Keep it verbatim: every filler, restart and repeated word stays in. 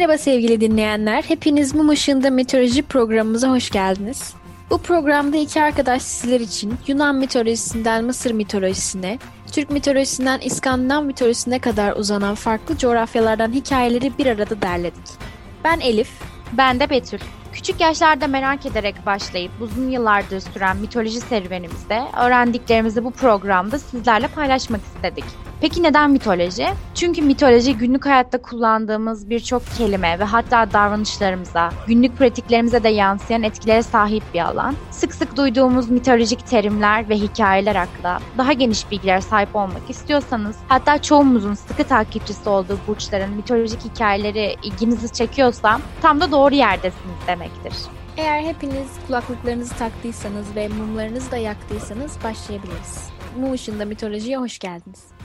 Merhaba sevgili dinleyenler. Hepiniz Mum Işığında Mitoloji programımıza hoş geldiniz. Bu programda iki arkadaş sizler için Yunan mitolojisinden Mısır mitolojisine, Türk mitolojisinden İskandinav mitolojisine kadar uzanan farklı coğrafyalardan hikayeleri bir arada derledik. Ben Elif. Ben de Betül. Küçük yaşlarda merak ederek başlayıp uzun yıllardır süren mitoloji serüvenimizde öğrendiklerimizi bu programda sizlerle paylaşmak istedik. Peki neden mitoloji? Çünkü mitoloji günlük hayatta kullandığımız birçok kelime ve hatta davranışlarımıza, günlük pratiklerimize de yansıyan etkilere sahip bir alan. Sık sık duyduğumuz mitolojik terimler ve hikayeler hakkında daha geniş bilgilere sahip olmak istiyorsanız, hatta çoğumuzun sıkı takipçisi olduğu burçların mitolojik hikayeleri ilginizi çekiyorsa tam da doğru yerdesiniz demektir. Eğer hepiniz kulaklıklarınızı taktıysanız ve mumlarınızı da yaktıysanız başlayabiliriz. Mum Işığında Mitoloji'ye hoş geldiniz.